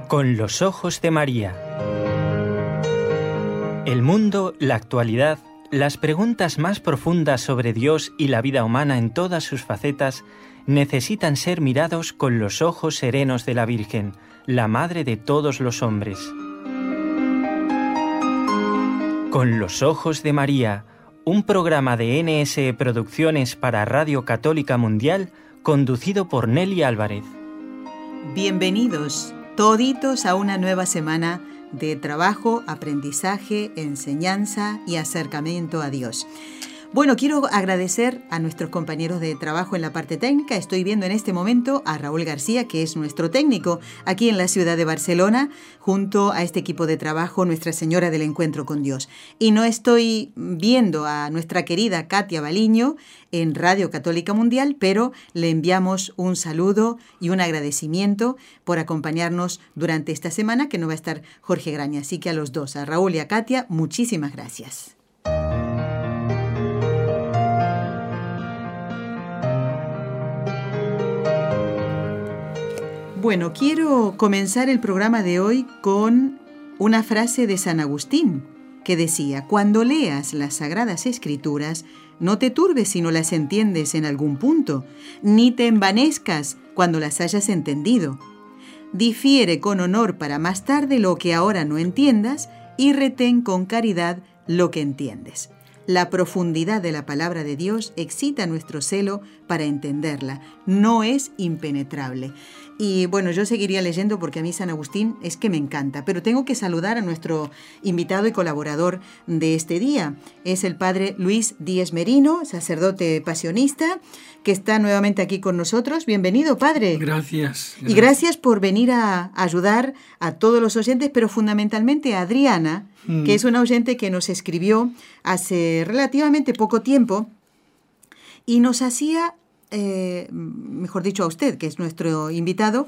Con los ojos de María. El mundo, la actualidad, las preguntas más profundas sobre Dios y la vida humana en todas sus facetas necesitan ser mirados con los ojos serenos de la Virgen, la Madre de todos los hombres. Con los ojos de María, un programa de NSE Producciones para Radio Católica Mundial, conducido por Nelly Álvarez. Bienvenidos toditos a una nueva semana de trabajo, aprendizaje, enseñanza y acercamiento a Dios. Bueno, quiero agradecer a nuestros compañeros de trabajo en la parte técnica. Estoy viendo en este momento a Raúl García, que es nuestro técnico aquí en la ciudad de Barcelona, junto a este equipo de trabajo, Nuestra Señora del Encuentro con Dios. Y no estoy viendo a nuestra querida Katia Baliño en Radio Católica Mundial, pero le enviamos un saludo y un agradecimiento por acompañarnos durante esta semana, que no va a estar Jorge Graña. Así que a los dos, a Raúl y a Katia, muchísimas gracias. Bueno, quiero comenzar el programa de hoy con una frase de San Agustín que decía: cuando leas las Sagradas Escrituras, no te turbes si no las entiendes en algún punto, ni te envanezcas cuando las hayas entendido. Difiere con honor para más tarde lo que ahora no entiendas y retén con caridad lo que entiendes. La profundidad de la palabra de Dios excita nuestro celo para entenderla. No es impenetrable. Y bueno, yo seguiría leyendo porque a mí San Agustín es que me encanta. Pero tengo que saludar a nuestro invitado y colaborador de este día. Es el padre Luis Díez Merino, sacerdote pasionista, que está nuevamente aquí con nosotros. Bienvenido, padre. Gracias. Y gracias por venir a ayudar a todos los oyentes, pero fundamentalmente a Adriana, que es una oyente que nos escribió hace relativamente poco tiempo y nos hacía, mejor dicho a usted, que es nuestro invitado,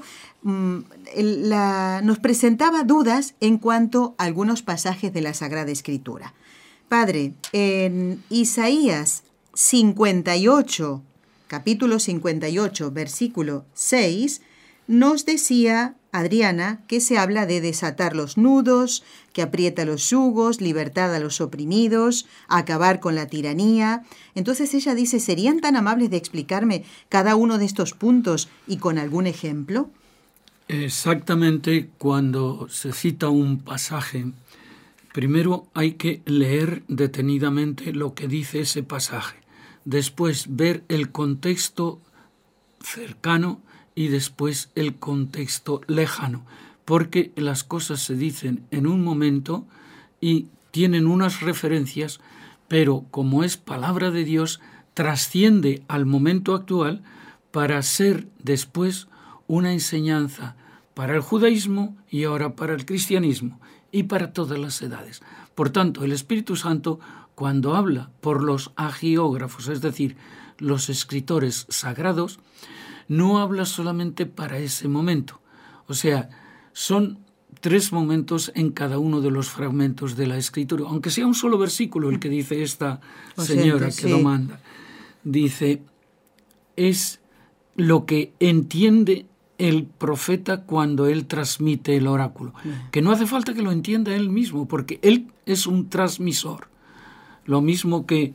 nos presentaba dudas en cuanto a algunos pasajes de la Sagrada Escritura. Padre, en Isaías 58, capítulo 58, versículo 6, nos decía Adriana que se habla de desatar los nudos, que aprieta los yugos, libertad a los oprimidos, acabar con la tiranía. Entonces ella dice, ¿serían tan amables de explicarme cada uno de estos puntos y con algún ejemplo? Exactamente, cuando se cita un pasaje, primero hay que leer detenidamente lo que dice ese pasaje, después ver el contexto cercano y después el contexto lejano, porque las cosas se dicen en un momento y tienen unas referencias, pero como es palabra de Dios, trasciende al momento actual para ser después una enseñanza para el judaísmo y ahora para el cristianismo y para todas las edades. Por tanto, el Espíritu Santo, cuando habla por los agiógrafos, es decir, los escritores sagrados, no habla solamente para ese momento. O sea, son 3 momentos en cada uno de los fragmentos de la Escritura, aunque sea un solo versículo el que dice esta señora que lo manda. Dice, es lo que entiende el profeta cuando él transmite el oráculo, que no hace falta que lo entienda él mismo, porque él es un transmisor. Lo mismo que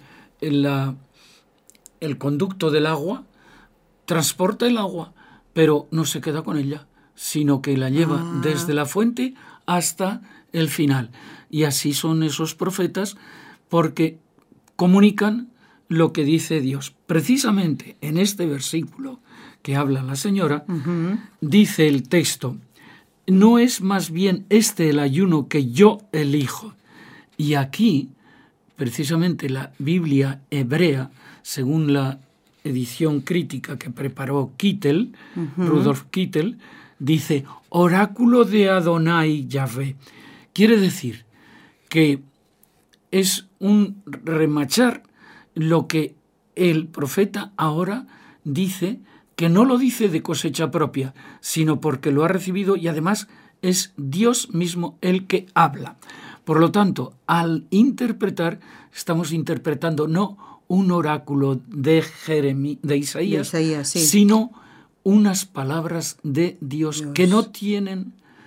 el conducto del agua transporta el agua, pero no se queda con ella, sino que la lleva desde la fuente hasta el final. Y así son esos profetas, porque comunican lo que dice Dios. Precisamente en este versículo que habla la señora, dice el texto, ¿no es más bien este el ayuno que yo elijo? Y aquí, precisamente la Biblia hebrea, según la edición crítica que preparó Kittel, Rudolf Kittel, dice, oráculo de Adonai Yahvé. Quiere decir que es un remachar lo que el profeta ahora dice, que no lo dice de cosecha propia, sino porque lo ha recibido y además es Dios mismo el que habla. Por lo tanto, al interpretar, estamos interpretando no un oráculo de Isaías, sí, sino unas palabras de Dios que no tienen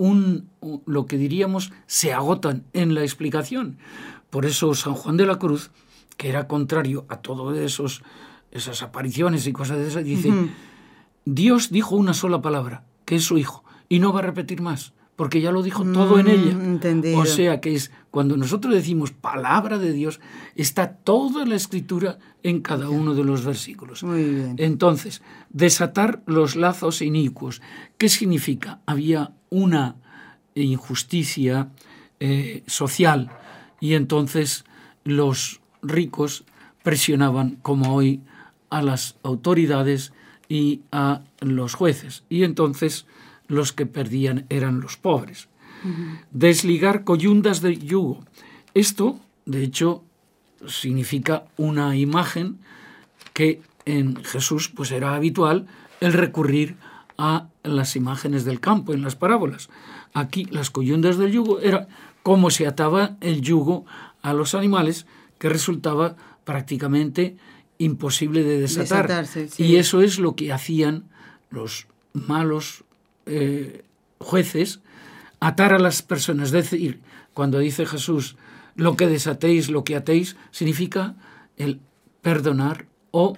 lo que diríamos se agotan en la explicación. Por eso San Juan de la Cruz, que era contrario a todo esas apariciones y cosas de esas, dice, Dios dijo una sola palabra, que es su Hijo, y no va a repetir más, porque ya lo dijo todo en ella. Entendido. O sea que cuando nosotros decimos palabra de Dios, está toda la Escritura en cada uno de los versículos. Muy bien. Entonces, desatar los lazos inicuos. ¿Qué significa? Había una injusticia social y entonces los ricos presionaban, como hoy, a las autoridades y a los jueces. Y entonces los que perdían eran los pobres. Desligar coyundas del yugo. Esto, de hecho, significa una imagen que en Jesús pues era habitual el recurrir a las imágenes del campo en las parábolas. Aquí las coyundas del yugo era cómo se ataba el yugo a los animales, que resultaba prácticamente imposible de desatar. Desatarse, sí. Y eso es lo que hacían los malos jueces, atar a las personas. Es decir, cuando dice Jesús, lo que desatéis, lo que atéis, significa el perdonar o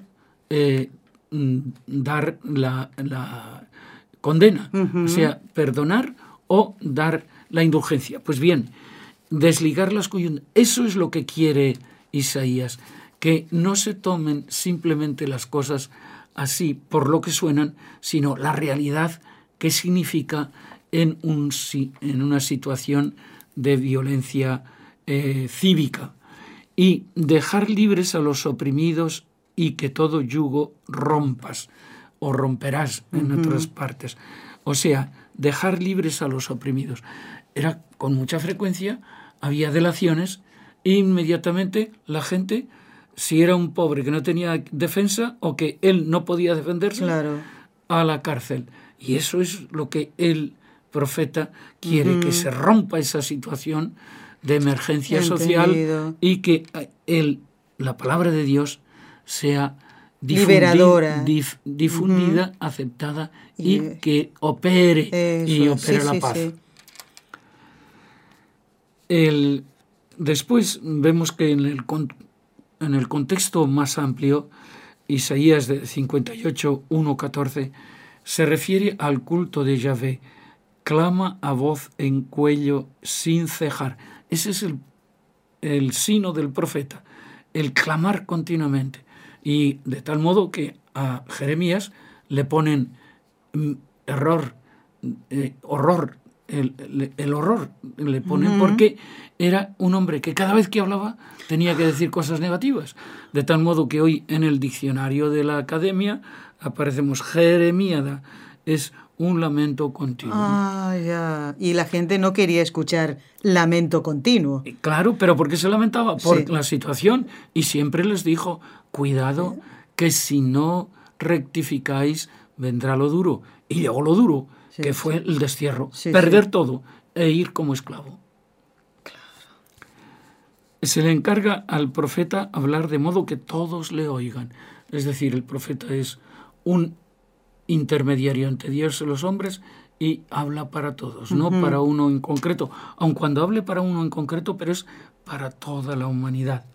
dar la condena. O sea, perdonar o dar la indulgencia. Pues bien, desligar las coyundas, eso es lo que quiere Isaías, que no se tomen simplemente las cosas así por lo que suenan, sino la realidad que significa en una situación de violencia cívica, y dejar libres a los oprimidos y que todo yugo rompas o romperás en otras partes. O sea, dejar libres a los oprimidos. Era con mucha frecuencia, había delaciones e inmediatamente la gente, si era un pobre que no tenía defensa o que él no podía defenderse, claro, a la cárcel. Y eso es lo que el profeta quiere, que se rompa esa situación de emergencia social y que la palabra de Dios sea liberadora, difundida, aceptada y que opere la paz. Sí. Después vemos que en el contexto más amplio, Isaías 58, 1-14, se refiere al culto de Yahvé. Clama a voz en cuello sin cejar. Ese es el sino del profeta, el clamar continuamente. Y de tal modo que a Jeremías le ponen horror, el horror le ponen, porque era un hombre que cada vez que hablaba tenía que decir cosas negativas. De tal modo que hoy en el diccionario de la Academia aparecemos jeremíada, es un lamento continuo. Ah, ya. Y la gente no quería escuchar lamento continuo. Claro, pero ¿por qué se lamentaba? Por la situación. Y siempre les dijo, cuidado, que si no rectificáis, vendrá lo duro. Y llegó lo duro, que fue el destierro. Perder todo e ir como esclavo. Claro. Se le encarga al profeta hablar de modo que todos le oigan. Es decir, el profeta es un intermediario entre Dios y los hombres y habla para todos, no para uno en concreto, aun cuando hable para uno en concreto, pero es para toda la humanidad.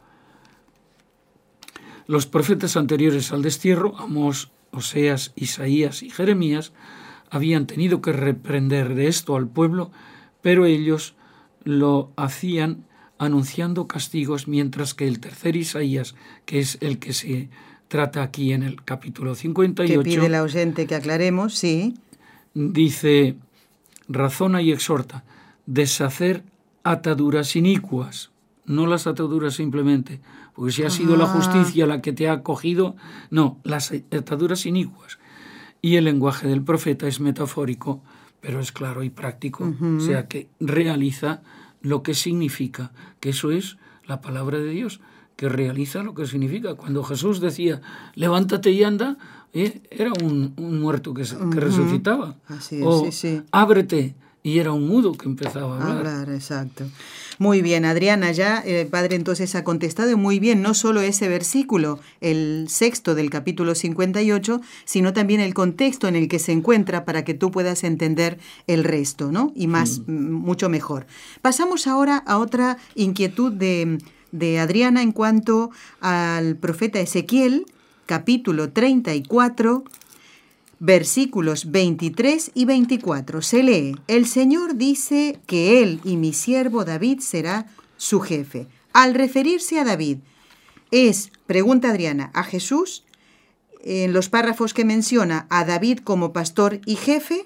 Los profetas anteriores al destierro, Amós, Oseas, Isaías y Jeremías, habían tenido que reprender de esto al pueblo, pero ellos lo hacían anunciando castigos, mientras que el tercer Isaías, que es el que se trata aquí en el capítulo 58... Que pide el ausente que aclaremos, sí. Dice, razona y exhorta, deshacer ataduras inicuas, no las ataduras simplemente, porque si ha sido la justicia la que te ha acogido, no, las ataduras inicuas. Y el lenguaje del profeta es metafórico, pero es claro y práctico, o sea que realiza lo que significa, que eso es la palabra de Dios, que realiza lo que significa. Cuando Jesús decía, levántate y anda, era un muerto que resucitaba. Así es, o ábrete, y era un mudo que empezaba a hablar. Exacto. Muy bien, Adriana, ya el padre entonces ha contestado muy bien, no solo ese versículo, el 6 del capítulo 58, sino también el contexto en el que se encuentra para que tú puedas entender el resto, ¿no? Y mucho mejor. Pasamos ahora a otra inquietud de Adriana en cuanto al profeta Ezequiel, capítulo 34, versículos 23 y 24. Se lee: el Señor dice que él y mi siervo David será su jefe. Al referirse a David, pregunta Adriana, a Jesús, en los párrafos que menciona, a David como pastor y jefe.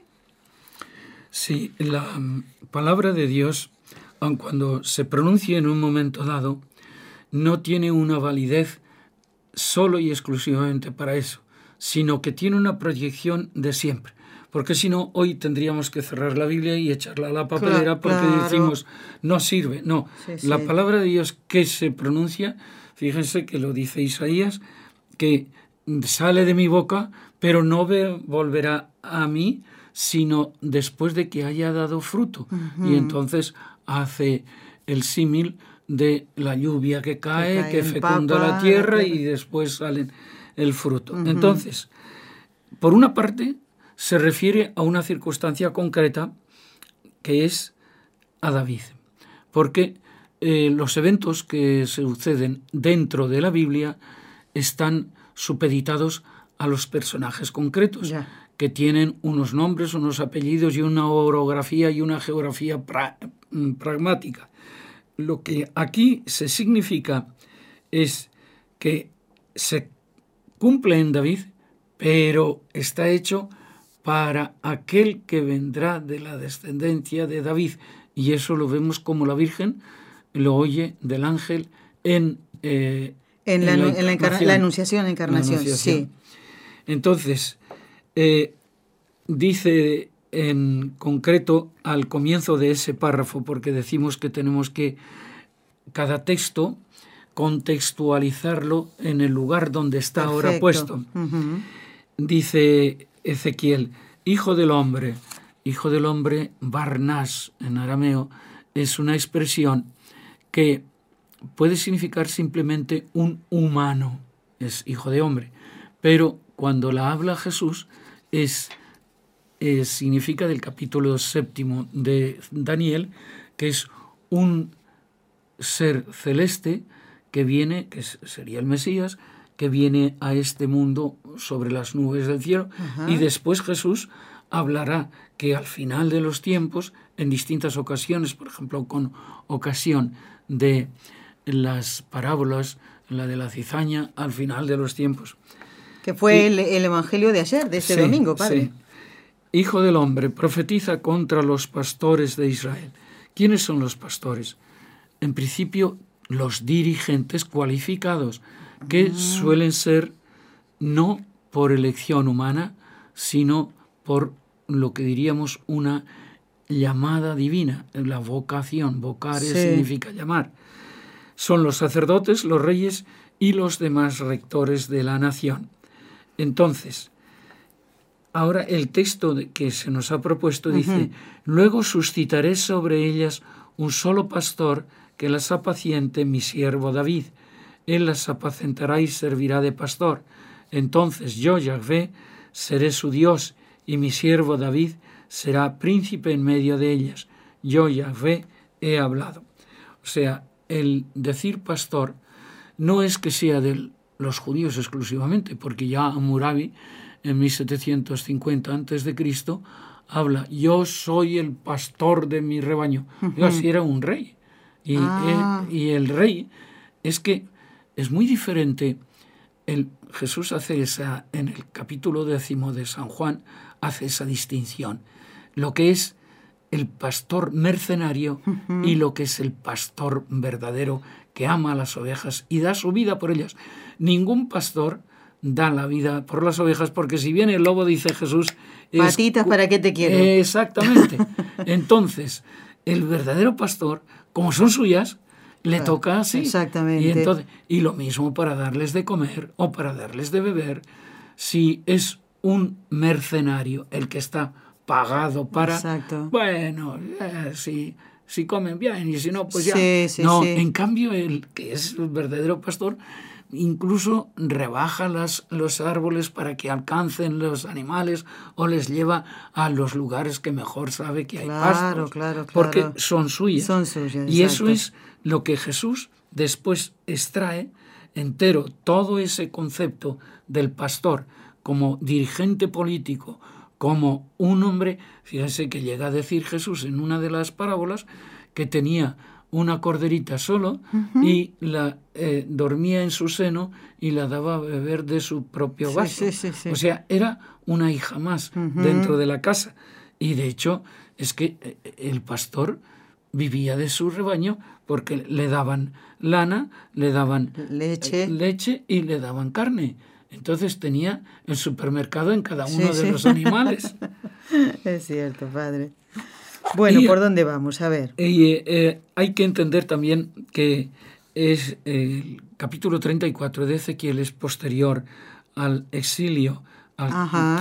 Sí, la palabra de Dios, aun cuando se pronuncie en un momento dado, no tiene una validez solo y exclusivamente para eso, sino que tiene una proyección de siempre. Porque si no, hoy tendríamos que cerrar la Biblia y echarla a la papelera porque decimos, no sirve. No, la palabra de Dios que se pronuncia, fíjense que lo dice Isaías, que sale de mi boca, pero no volverá a mí, sino después de que haya dado fruto. Y entonces hace el símil de la lluvia que cae que fecunda la tierra y después salen el fruto. Entonces, por una parte, se refiere a una circunstancia concreta que es a David, porque los eventos que suceden dentro de la Biblia están supeditados a los personajes concretos, que tienen unos nombres, unos apellidos y una orografía y una geografía pragmática. Lo que aquí se significa es que se cumple en David, pero está hecho para aquel que vendrá de la descendencia de David. Y eso lo vemos como la Virgen lo oye del ángel en la Anunciación, Encarnación. Sí. Entonces, dice en concreto al comienzo de ese párrafo, porque decimos que tenemos que cada texto contextualizarlo en el lugar donde está ahora puesto. Dice Ezequiel, hijo del hombre, Barnás en arameo, es una expresión que puede significar simplemente un humano, es hijo de hombre, pero cuando la habla Jesús significa del capítulo 7 de Daniel, que es un ser celeste que viene, que sería el Mesías, que viene a este mundo sobre las nubes del cielo. Y después Jesús hablará que al final de los tiempos, en distintas ocasiones, por ejemplo, con ocasión de las parábolas, la de la cizaña, al final de los tiempos. Que fue el evangelio de ayer, de este domingo, padre. Sí. Hijo del hombre, profetiza contra los pastores de Israel. ¿Quiénes son los pastores? En principio, los dirigentes cualificados, que suelen ser no por elección humana, sino por lo que diríamos una llamada divina, la vocación. Vocare significa llamar. Son los sacerdotes, los reyes y los demás rectores de la nación. Entonces, ahora el texto que se nos ha propuesto dice, luego suscitaré sobre ellas un solo pastor que las apaciente, mi siervo David. Él las apacentará y servirá de pastor. Entonces yo, Yahvé, seré su Dios, y mi siervo David será príncipe en medio de ellas. Yo, Yahvé, he hablado. O sea, el decir pastor no es que sea de los judíos exclusivamente, porque ya Hammurabi, en 1750 a.C., habla, yo soy el pastor de mi rebaño. Yo así era un rey. Y el rey es que es muy diferente. Jesús hace en el capítulo 10 de San Juan, hace esa distinción. Lo que es el pastor mercenario y lo que es el pastor verdadero que ama a las ovejas y da su vida por ellas. Ningún pastor da la vida por las ovejas, porque si viene el lobo, dice Jesús... Patitas, ¿para qué te quiero? Exactamente. Entonces, el verdadero pastor, como son suyas, le toca así. Exactamente. Y lo mismo para darles de comer o para darles de beber. Si es un mercenario el que está pagado para... Exacto. Bueno, si comen bien y si no, pues ya. Sí, no, sí. en cambio, el que es el verdadero pastor incluso rebaja los árboles para que alcancen los animales o les lleva a los lugares que mejor sabe que hay pastos. Claro. Porque son suyas. Son suyas, y exacto. eso es lo que Jesús después extrae entero, todo ese concepto del pastor como dirigente político, como un hombre. Fíjense que llega a decir Jesús en una de las parábolas que tenía una corderita solo y la dormía en su seno y la daba a beber de su propio vaso. Sí. O sea, era una hija más dentro de la casa. Y de hecho es que el pastor vivía de su rebaño porque le daban lana, le daban leche y le daban carne. Entonces tenía el supermercado en cada uno de los animales. Es cierto, padre. Bueno, ¿por dónde vamos? A ver. Hay que entender también que es el capítulo 34 de Ezequiel es posterior al exilio, al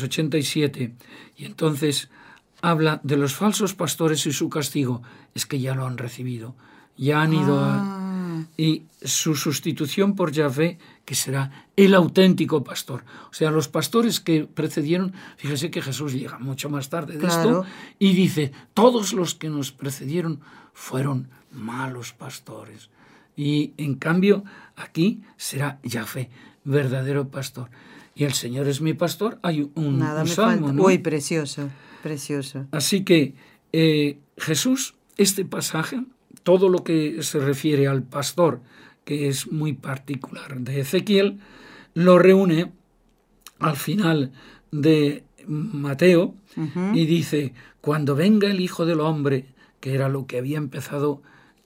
587, y entonces habla de los falsos pastores y su castigo. Es que ya lo han recibido, ya han ido y su sustitución por Yahvé, que será el auténtico pastor. O sea, los pastores que precedieron, fíjese que Jesús llega mucho más tarde de esto y dice, todos los que nos precedieron fueron malos pastores. Y en cambio, aquí será Yahvé, verdadero pastor. Y el Señor es mi pastor. Hay un salmo, ¿no? Uy, precioso. Así que Jesús, este pasaje, todo lo que se refiere al pastor, que es muy particular de Ezequiel, lo reúne al final de Mateo y dice, cuando venga el Hijo del Hombre, que era lo que había empezado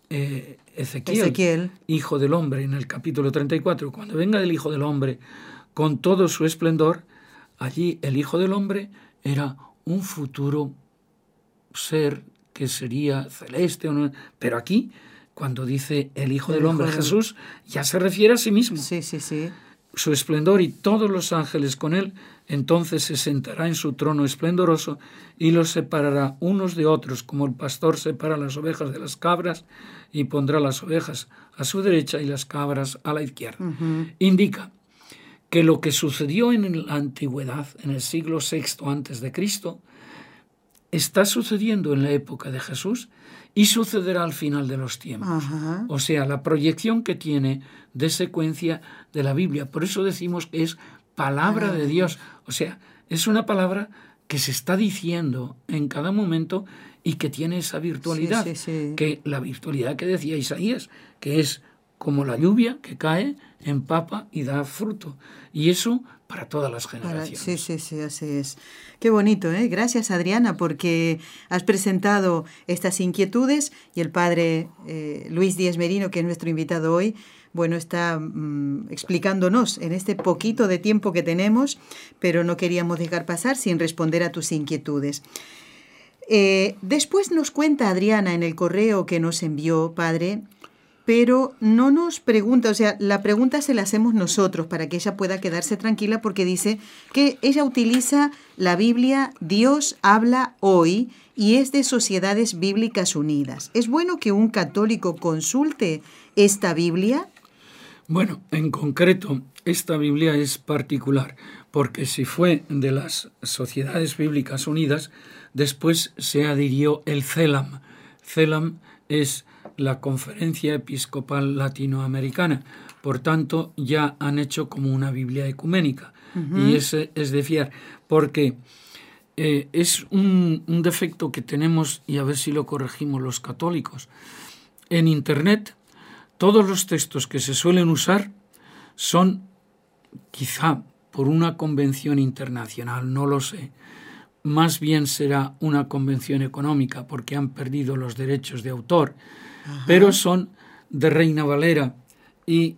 Ezequiel, Hijo del Hombre, en el capítulo 34, cuando venga el Hijo del Hombre con todo su esplendor, allí el Hijo del Hombre era un futuro ser que sería celeste, o no, pero aquí, cuando dice el Hijo del Hombre, Jesús, ya se refiere a sí mismo. Sí. Su esplendor y todos los ángeles con él, entonces se sentará en su trono esplendoroso y los separará unos de otros, como el pastor separa las ovejas de las cabras, y pondrá las ovejas a su derecha y las cabras a la izquierda. Indica que lo que sucedió en la antigüedad, en el siglo VI a.C., está sucediendo en la época de Jesús y sucederá al final de los tiempos. O sea, la proyección que tiene de secuencia de la Biblia. Por eso decimos que es palabra de Dios. O sea, es una palabra que se está diciendo en cada momento y que tiene esa virtualidad. Que la virtualidad que decía Isaías, que es como la lluvia que cae, empapa y da fruto. Y eso para todas las generaciones. Sí, así es. Qué bonito, ¿eh? Gracias, Adriana, porque has presentado estas inquietudes y el padre Luis Díaz Merino, que es nuestro invitado hoy, bueno, está explicándonos en este poquito de tiempo que tenemos, pero no queríamos dejar pasar sin responder a tus inquietudes. Después nos cuenta Adriana en el correo que nos envió, padre, pero no nos pregunta, o sea, la pregunta se la hacemos nosotros para que ella pueda quedarse tranquila, porque dice que ella utiliza la Biblia Dios habla hoy y es de Sociedades Bíblicas Unidas. ¿Es bueno que un católico consulte esta Biblia? Bueno, en concreto, esta Biblia es particular, porque si fue de las Sociedades Bíblicas Unidas, después se adhirió el CELAM. CELAM es la Conferencia Episcopal Latinoamericana. Por tanto, ya han hecho como una Biblia ecuménica. Y ese es de fiar, porque es un defecto que tenemos, y a ver si lo corregimos los católicos. En Internet, todos los textos que se suelen usar son, quizá por una convención internacional, no lo sé, más bien será una convención económica, porque han perdido los derechos de autor, pero son de Reina Valera y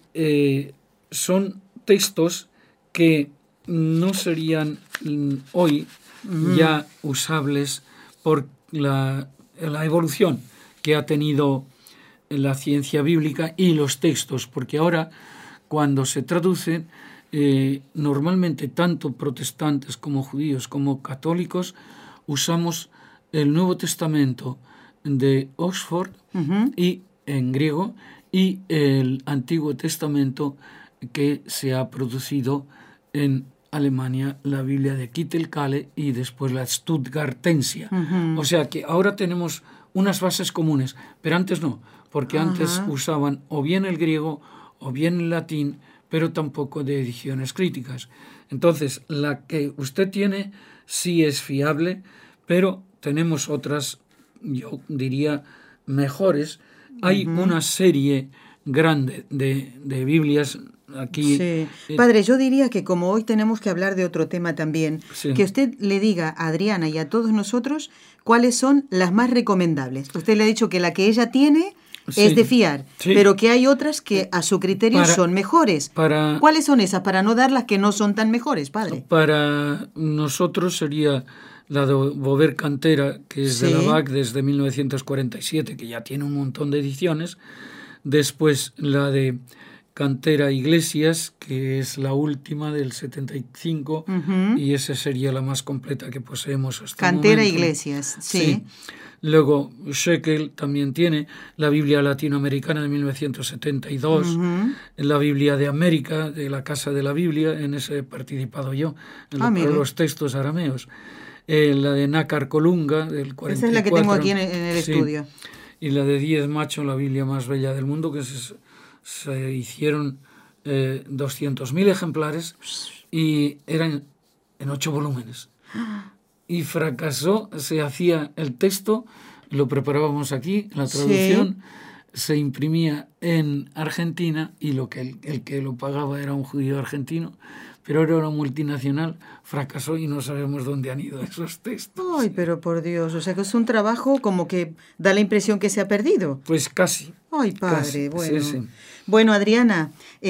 son textos que no serían hoy ya usables por la evolución que ha tenido la ciencia bíblica y los textos, porque ahora cuando se traducen normalmente tanto protestantes como judíos como católicos usamos el Nuevo Testamento de Oxford y en griego y el Antiguo Testamento que se ha producido en Alemania, la Biblia de Kittel-Kale y después la Stuttgartensia. O sea que ahora tenemos unas bases comunes, pero antes no, porque antes usaban o bien el griego o bien el latín, pero tampoco de ediciones críticas. Entonces, la que usted tiene sí es fiable, pero tenemos otras, yo diría, mejores. Hay una serie grande de Biblias aquí. Sí. Padre, yo diría que como hoy tenemos que hablar de otro tema también, que usted le diga a Adriana y a todos nosotros cuáles son las más recomendables. Usted le ha dicho que la que ella tiene es de fiar, pero que hay otras que a su criterio son mejores. ¿Cuáles son esas? Para no dar las que no son tan mejores, padre. Para nosotros sería la de Bover Cantera, que es de la BAC desde 1947, que ya tiene un montón de ediciones. Después la de Cantera Iglesias, que es la última del 75, y esa sería la más completa que poseemos hasta el momento. Cantera Iglesias, sí. Luego Shekel también tiene la Biblia latinoamericana de 1972, la Biblia de América, de la Casa de la Biblia, en ese he participado yo, en los textos arameos. La de Nácar Colunga, del 44. Esa es la que tengo aquí en el estudio. Y la de Díez Macho, la Biblia más bella del mundo, que se hicieron 200.000 ejemplares y eran en 8 volúmenes. Y fracasó, se hacía el texto, lo preparábamos aquí, la traducción, se imprimía en Argentina y el que lo pagaba era un judío argentino, pero era una multinacional, fracasó y no sabemos dónde han ido esos textos. Ay, pero por Dios, o sea que es un trabajo como que da la impresión que se ha perdido. Pues casi. Ay, padre, casi, bueno. Sí. Bueno, Adriana,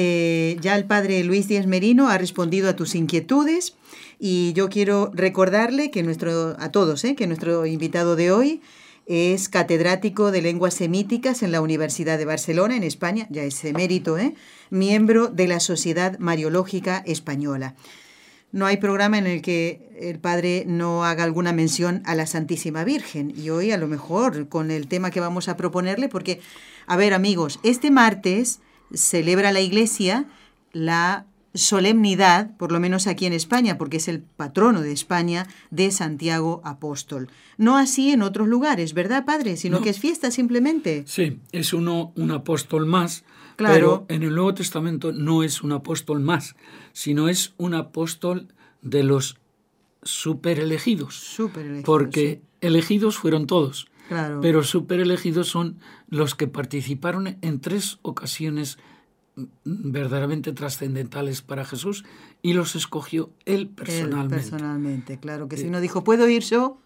ya el padre Luis Díez Merino ha respondido a tus inquietudes y yo quiero recordarle que a todos, que nuestro invitado de hoy es catedrático de lenguas semíticas en la Universidad de Barcelona, en España, ya es emérito, miembro de la Sociedad Mariológica Española. No hay programa en el que el padre no haga alguna mención a la Santísima Virgen. Y hoy, a lo mejor, con el tema que vamos a proponerle, porque, a ver, amigos, este martes celebra la Iglesia la solemnidad, por lo menos aquí en España, porque es el patrono de España, de Santiago Apóstol. No así en otros lugares, ¿verdad, padre? Sino que es fiesta simplemente. Sí, es un apóstol más, claro. Pero en el Nuevo Testamento no es un apóstol más, sino es un apóstol de los superelegidos. Porque elegidos fueron todos, claro. Pero superelegidos son los que participaron en 3 ocasiones verdaderamente trascendentales para Jesús y los escogió él personalmente. Él personalmente, claro que si no dijo, ¿puedo ir yo?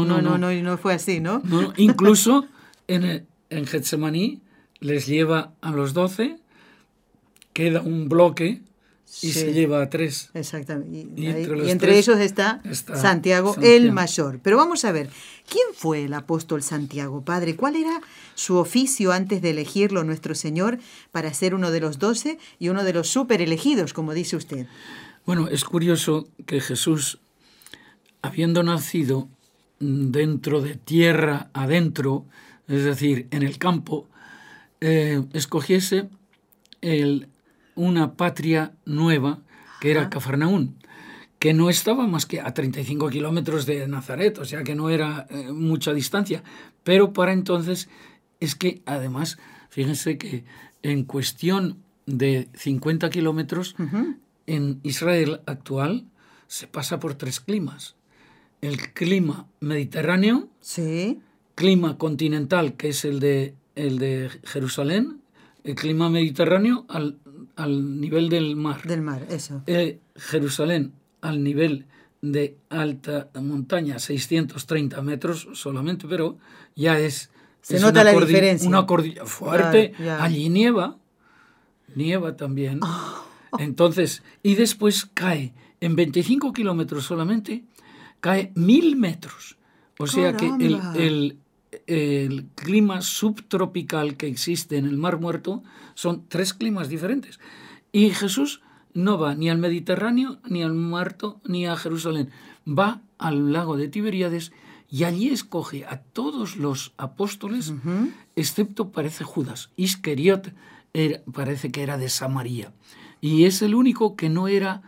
No fue así, ¿no? No, incluso en Getsemaní les lleva a los 12, queda un bloque y se lleva a 3. Exactamente. Y entre entre ellos está Santiago el Mayor. Pero vamos a ver, ¿quién fue el apóstol Santiago, padre? ¿Cuál era su oficio antes de elegirlo nuestro Señor para ser uno de los 12 y uno de los superelegidos, como dice usted? Bueno, es curioso que Jesús, habiendo nacido dentro de tierra adentro, es decir, en el campo, escogiese una patria nueva, que era Cafarnaún, que no estaba más que a 35 kilómetros de Nazaret, o sea que no era mucha distancia, pero para entonces es que además, fíjense que en cuestión de 50 kilómetros, en Israel actual se pasa por 3 climas. El clima mediterráneo, clima continental, que es el de Jerusalén, el clima mediterráneo al nivel del mar. Del mar, eso. Jerusalén al nivel de alta montaña, 630 metros solamente, pero ya se nota la diferencia. Una cordillera fuerte. Allí nieva también. Entonces, y después cae en 25 kilómetros solamente, cae 1000 metros. O sea que el clima subtropical que existe en el Mar Muerto son 3 climas diferentes. Y Jesús no va ni al Mediterráneo, ni al Muerto, ni a Jerusalén. Va al lago de Tiberíades y allí escoge a todos los apóstoles, excepto, parece, Judas. Iscariot parece que era de Samaria. Y es el único que no era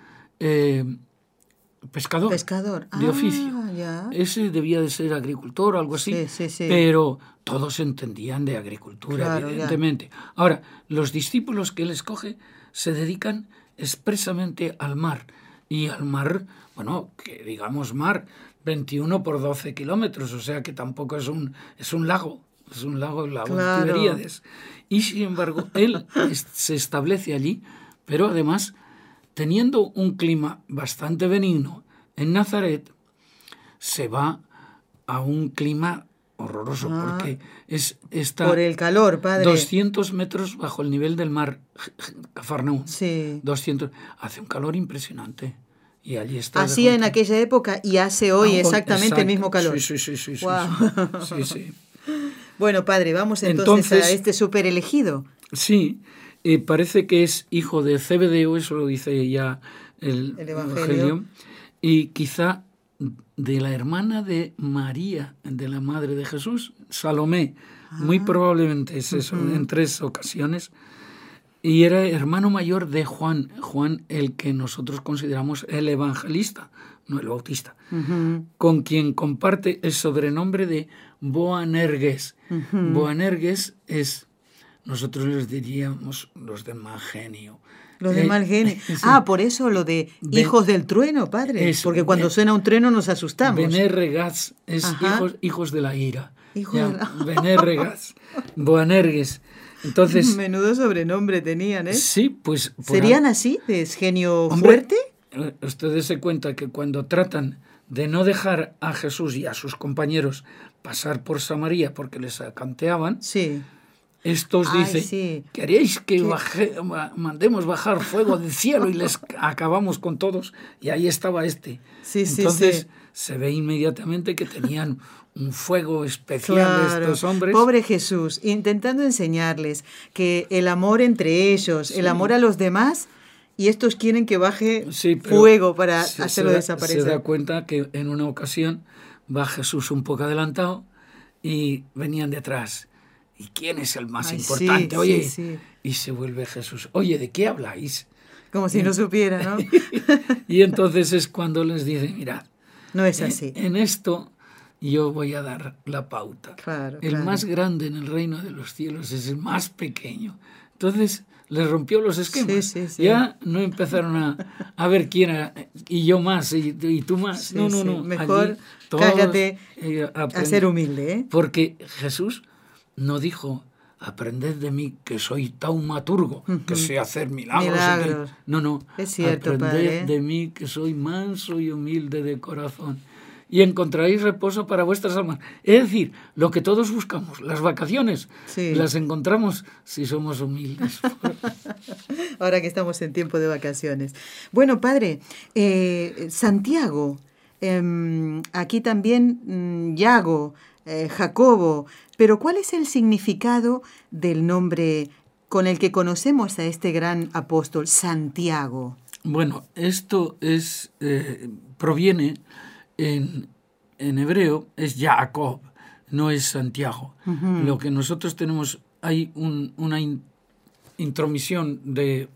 pescador de oficio. Ya. Ese debía de ser agricultor o algo así, pero todos entendían de agricultura, claro, evidentemente. Ya. Ahora, los discípulos que él escoge se dedican expresamente al mar. Y al mar, bueno, que digamos mar, 21 por 12 kilómetros, o sea que tampoco es un lago. Es un lago, el lago de Tiberíades. Y sin embargo, él se establece allí, pero además, teniendo un clima bastante benigno en Nazaret, se va a un clima horroroso, porque está por el calor, padre. 200 metros bajo el nivel del mar, Cafarnaúm. Sí. 200. Hace un calor impresionante. Y allí está. Hacía en aquella época y hace hoy exactamente el mismo calor. Sí. Wow. Sí. Bueno, padre, vamos entonces a este súper elegido. Sí, parece que es hijo de Zebedeo, eso lo dice ya el Evangelio, y quizá de la hermana de María, de la madre de Jesús, Salomé. Muy probablemente es eso, en 3 ocasiones. Y era hermano mayor de Juan, el que nosotros consideramos el evangelista, no el bautista, con quien comparte el sobrenombre de Boanerges. Boanerges es, nosotros les diríamos los de mal genio. Los de mal genio. Sí. Por eso lo de hijos del trueno, padre. Eso, porque cuando suena un trueno nos asustamos. Benerregats es hijos de la ira. Benerregats, Boanerges. Entonces, menudo sobrenombre tenían, ¿eh? Sí, pues... ¿Serían así, de genio fuerte? Ustedes se cuentan que cuando tratan de no dejar a Jesús y a sus compañeros pasar por Samaria porque les acanteaban, estos dicen, ¿queréis que mandemos bajar fuego del cielo y les acabamos con todos? Y ahí estaba Entonces se ve inmediatamente que tenían un fuego especial de estos hombres. Pobre Jesús, intentando enseñarles que el amor entre ellos, el amor a los demás, y estos quieren que baje fuego para hacerlo desaparecer. Se da cuenta que en una ocasión va Jesús un poco adelantado y venían detrás. ¿Y quién es el más importante? Y se vuelve Jesús. Oye, ¿de qué habláis? Como si no supiera, ¿no? Y entonces es cuando les dice, mirad, no es así. En esto yo voy a dar la pauta. El más grande en el reino de los cielos es el más pequeño. Entonces les rompió los esquemas. Ya no empezaron a ver quién era, y yo más, y tú más. No. Mejor cállate a ser humilde, ¿eh? Porque Jesús no dijo, aprended de mí que soy taumaturgo, que sé hacer milagros. No. Es cierto, aprended padre. de mí que soy manso y humilde de corazón. Y encontraréis reposo para vuestras almas. Es decir, lo que todos buscamos, las vacaciones, las encontramos si somos humildes. Ahora que estamos en tiempo de vacaciones. Bueno, padre, Santiago, aquí también Yago, Jacobo, pero ¿cuál es el significado del nombre con el que conocemos a este gran apóstol, Santiago? Bueno, esto proviene... En hebreo es Jacob, no es Santiago. Lo que nosotros tenemos, hay una intromisión de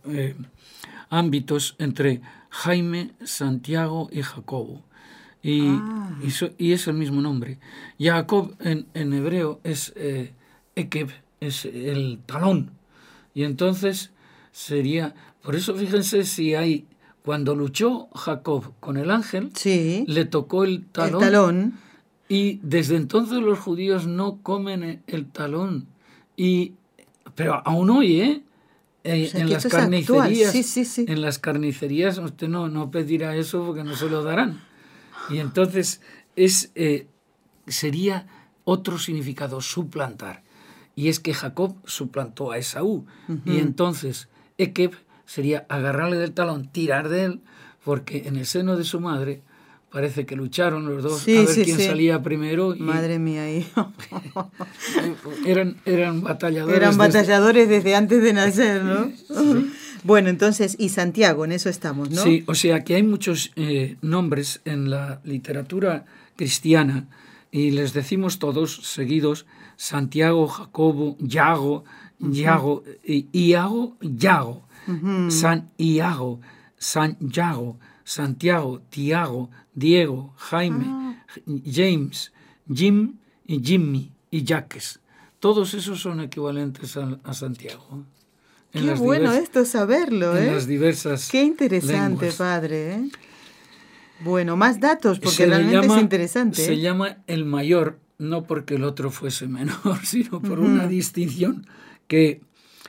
ámbitos entre Jaime, Santiago y Jacobo. Y es el mismo nombre. Jacob en hebreo es Ekeb, es el talón. Y entonces sería, por eso fíjense si hay... Cuando luchó Jacob con el ángel, le tocó el talón. Y desde entonces los judíos no comen el talón. Pero aún hoy, en las carnicerías, en las carnicerías usted no pedirá eso porque no se lo darán. Y entonces sería otro significado, suplantar. Y es que Jacob suplantó a Esaú. Y entonces Ekeb sería agarrarle del talón, tirar de él, porque en el seno de su madre parece que lucharon los dos Sí, a ver sí, quién sí. salía primero. Y Madre mía, hijo. eran batalladores. Eran batalladores desde antes de nacer, ¿no? Sí. Bueno, entonces, y Santiago, en eso estamos, ¿no? Sí, o sea que hay muchos nombres en la literatura cristiana y les decimos todos seguidos: Santiago, Jacobo, Iago, Iago, Yago, San Iago, San Yago, Santiago, Tiago, Diego, Jaime, James, Jim y Jimmy y Jacques. Todos esos son equivalentes a Santiago. Qué bueno esto saberlo, en las diversas Qué interesante, lenguas. Padre, ¿eh? Bueno, más datos, porque realmente es interesante. Se llama el mayor, no porque el otro fuese menor, sino por una distinción que,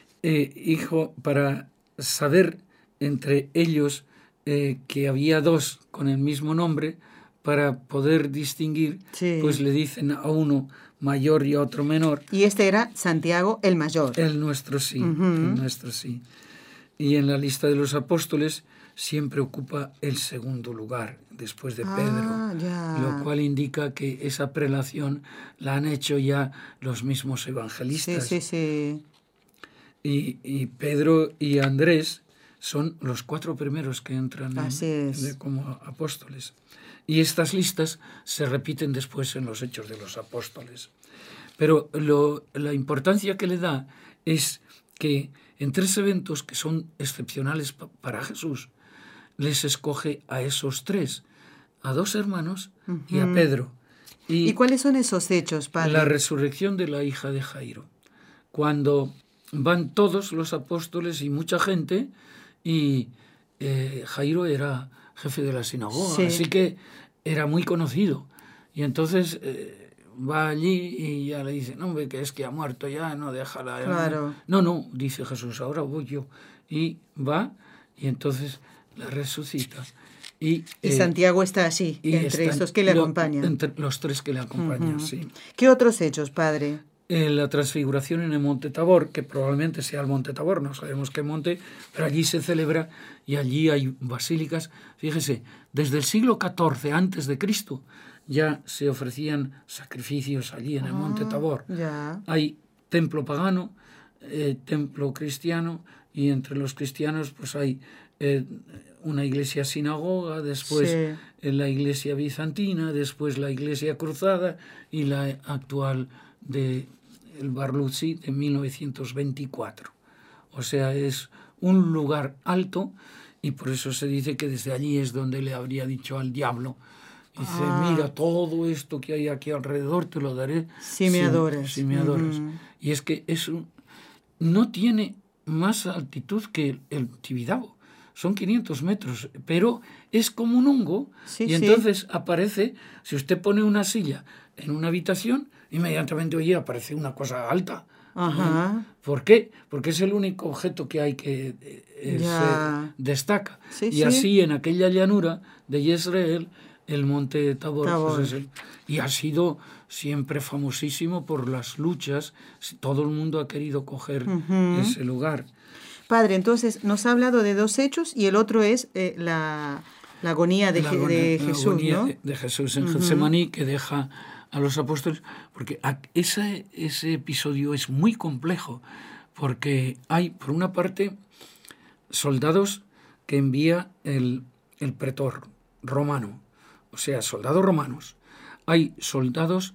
para saber entre ellos que había dos con el mismo nombre, para poder distinguir, pues le dicen a uno mayor y a otro menor. Y este era Santiago el mayor. El nuestro sí, el nuestro sí. Y en la lista de los apóstoles siempre ocupa el segundo lugar, después de Pedro, lo cual indica que esa prelación la han hecho ya los mismos evangelistas. Sí. Y Pedro y Andrés son los 4 primeros que entran como apóstoles. Y estas listas se repiten después en los Hechos de los Apóstoles. Pero la importancia que le da es que en 3 eventos que son excepcionales para Jesús, les escoge a esos 3, a 2 hermanos y a Pedro. ¿Y cuáles son esos hechos, Padre? La resurrección de la hija de Jairo, cuando van todos los apóstoles y mucha gente, y Jairo era jefe de la sinagoga, así que era muy conocido. Y entonces va allí y ya le dice: no, hombre, que es que ha muerto ya, no, déjala. Claro. No, dice Jesús, ahora voy yo. Y va, y entonces la resucita. Y Santiago está así, entre estos que le acompañan. Entre los 3 que le acompañan, sí. ¿Qué otros hechos, Padre? La transfiguración en el Monte Tabor, que probablemente sea el Monte Tabor, no sabemos qué monte, pero allí se celebra y allí hay basílicas. Fíjese, desde el siglo XIV antes de Cristo ya se ofrecían sacrificios allí en el Monte Tabor. Hay templo pagano, templo cristiano, y entre los cristianos pues hay una iglesia sinagoga, después la iglesia bizantina, después la iglesia cruzada y la actual de el Barluzzi de 1924. O sea, es un lugar alto, y por eso se dice que desde allí es donde le habría dicho al diablo. Dice: mira, todo esto que hay aquí alrededor te lo daré si me adoras. Si me adoras. Y es que eso no tiene más altitud que el Tibidabo. Son 500 metros, pero es como un hongo. Entonces aparece, si usted pone una silla en una habitación, inmediatamente aparece una cosa alta. ¿Por qué? Porque es el único objeto que hay que se destaca. Así en aquella llanura de Yisrael, el monte Tabor. Pues y ha sido siempre famosísimo por las luchas. Todo el mundo ha querido coger ese lugar. Padre, entonces nos ha hablado de 2 hechos y el otro es la agonía de Jesús, ¿no? La agonía de Jesús en Getsemaní, que deja a los apóstoles, porque ese episodio es muy complejo, porque hay, por una parte, soldados que envía el pretor romano, o sea, soldados romanos. Hay soldados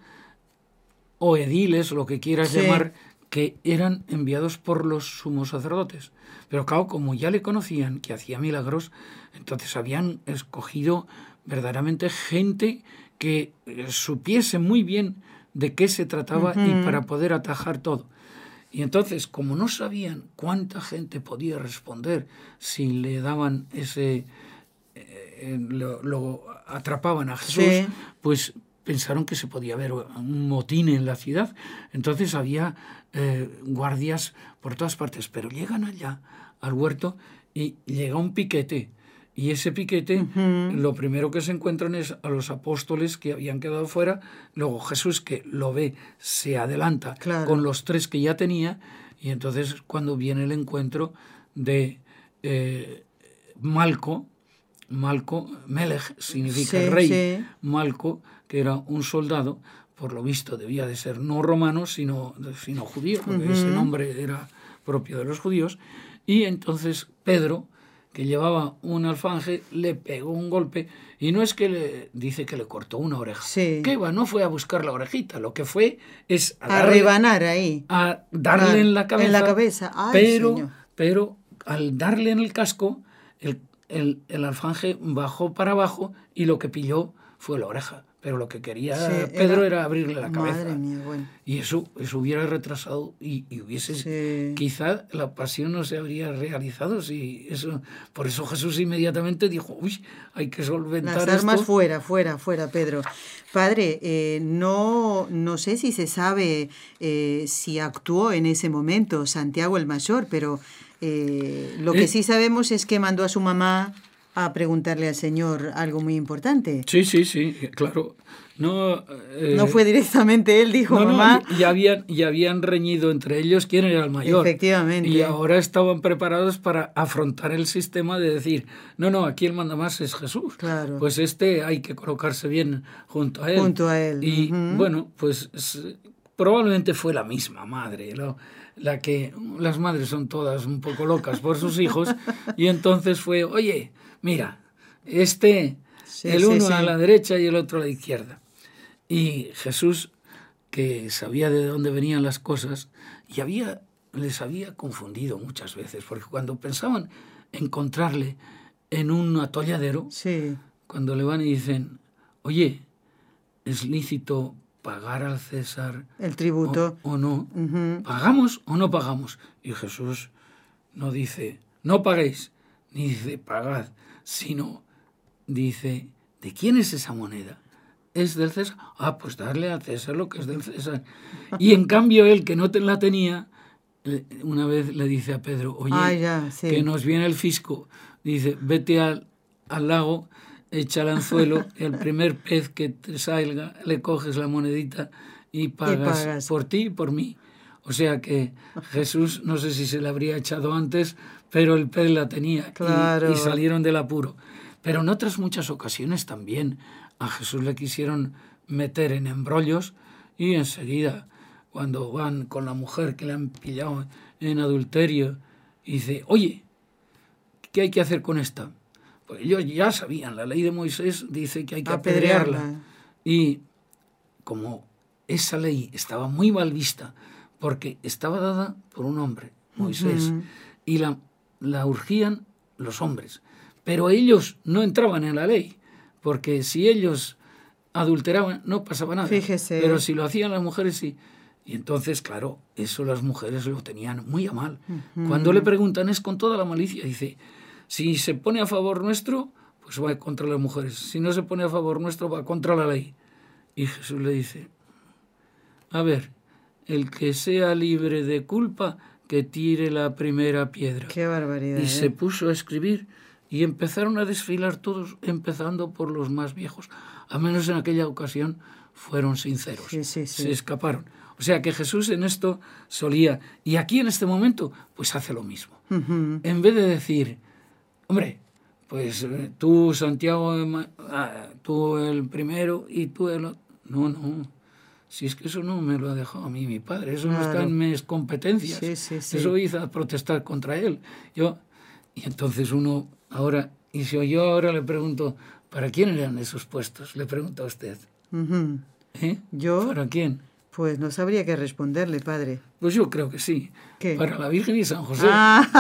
o ediles, lo que quieras llamar, que eran enviados por los sumos sacerdotes. Pero claro, como ya le conocían que hacía milagros, entonces habían escogido verdaderamente gente que supiese muy bien de qué se trataba y para poder atajar todo. Y entonces, como no sabían cuánta gente podía responder si le daban lo atrapaban a Jesús, pues pensaron que se podía ver un motín en la ciudad. Entonces había guardias por todas partes, pero llegan allá al huerto y llega un piquete. Y ese piquete, lo primero que se encuentran es a los apóstoles que habían quedado fuera. Luego Jesús, que lo ve, se adelanta con los 3 que ya tenía. Y entonces cuando viene el encuentro de Malco, Malco, Melech significa Sí, rey, sí. Malco, que era un soldado, por lo visto debía de ser no romano, sino judío, porque ese nombre era propio de los judíos, y entonces Pedro, que llevaba un alfanje, le pegó un golpe, y no es que dice que le cortó una oreja. Sí. ¿Qué va? No fue a buscar la orejita, lo que fue es A rebanar ahí. a darle en la cabeza. En la cabeza. Ay, señor. pero al darle en el casco, el alfanje bajó para abajo y lo que pilló fue la oreja. Pero lo que quería Pedro era abrirle la cabeza. Madre mía, bueno. Y eso hubiera retrasado y hubiese... Sí. Quizá la pasión no se habría realizado. Si eso, por eso Jesús inmediatamente dijo, uy, hay que solventar esto. Las armas fuera, Pedro. Padre, no sé si se sabe si actuó en ese momento Santiago el Mayor, pero lo que sí sabemos es que mandó a su mamá a preguntarle al Señor algo muy importante. Sí, claro. No fue directamente él, dijo mamá. Ya habían reñido entre ellos quién era el mayor. Efectivamente. Y ahora estaban preparados para afrontar el sistema de decir, no, aquí el mandamás es Jesús. Claro. Pues hay que colocarse bien junto a él. Y bueno, pues probablemente fue la misma madre, la que las madres son todas un poco locas por sus hijos, y entonces fue, oye, mira, el uno a la derecha y el otro a la izquierda. Y Jesús, que sabía de dónde venían las cosas, y les había confundido muchas veces, porque cuando pensaban encontrarle en un atolladero, cuando le van y dicen, oye, ¿es lícito pagar al César el tributo o no? ¿Pagamos o no pagamos? Y Jesús no dice, no paguéis, ni dice, pagad, sino dice, ¿de quién es esa moneda? ¿Es del César? Pues darle al César lo que es del César. Y en cambio él, que no la tenía, una vez le dice a Pedro, oye, que nos viene el fisco, dice, vete al lago, echa el anzuelo, el primer pez que te salga, le coges la monedita y pagas por ti y por mí. O sea que Jesús, no sé si se la habría echado antes, pero el pez la tenía. Claro. y salieron del apuro. Pero en otras muchas ocasiones también a Jesús le quisieron meter en embrollos, y enseguida, cuando van con la mujer que le han pillado en adulterio, dice, oye, ¿qué hay que hacer con esta? Pues ellos ya sabían, la ley de Moisés dice que hay que apedrearla. Y como esa ley estaba muy mal vista, porque estaba dada por un hombre, Moisés, y la urgían los hombres. Pero ellos no entraban en la ley, porque si ellos adulteraban no pasaba nada. Fíjese. Pero si lo hacían las mujeres, sí. Y entonces, claro, eso las mujeres lo tenían muy a mal. Cuando le preguntan, es con toda la malicia, dice, si se pone a favor nuestro, pues va contra las mujeres. Si no se pone a favor nuestro, va contra la ley. Y Jesús le dice, a ver, el que sea libre de culpa, que tire la primera piedra. ¡Qué barbaridad! Y se puso a escribir, y empezaron a desfilar todos, empezando por los más viejos. A menos en aquella ocasión fueron sinceros. Se escaparon. O sea que Jesús en esto solía, y aquí en este momento, pues hace lo mismo. En vez de decir, hombre, pues tú, Santiago, tú el primero y tú el otro. No. Si es que eso no me lo ha dejado a mí mi padre, eso no está en mis competencias. Eso hizo a protestar contra él. Y entonces uno ahora, y si yo ahora le pregunto, ¿para quién eran esos puestos? Le pregunto a usted. ¿Yo? ¿Para quién? Pues no sabría qué responderle, padre. Pues yo creo que sí. ¿Qué? Para la Virgen y San José.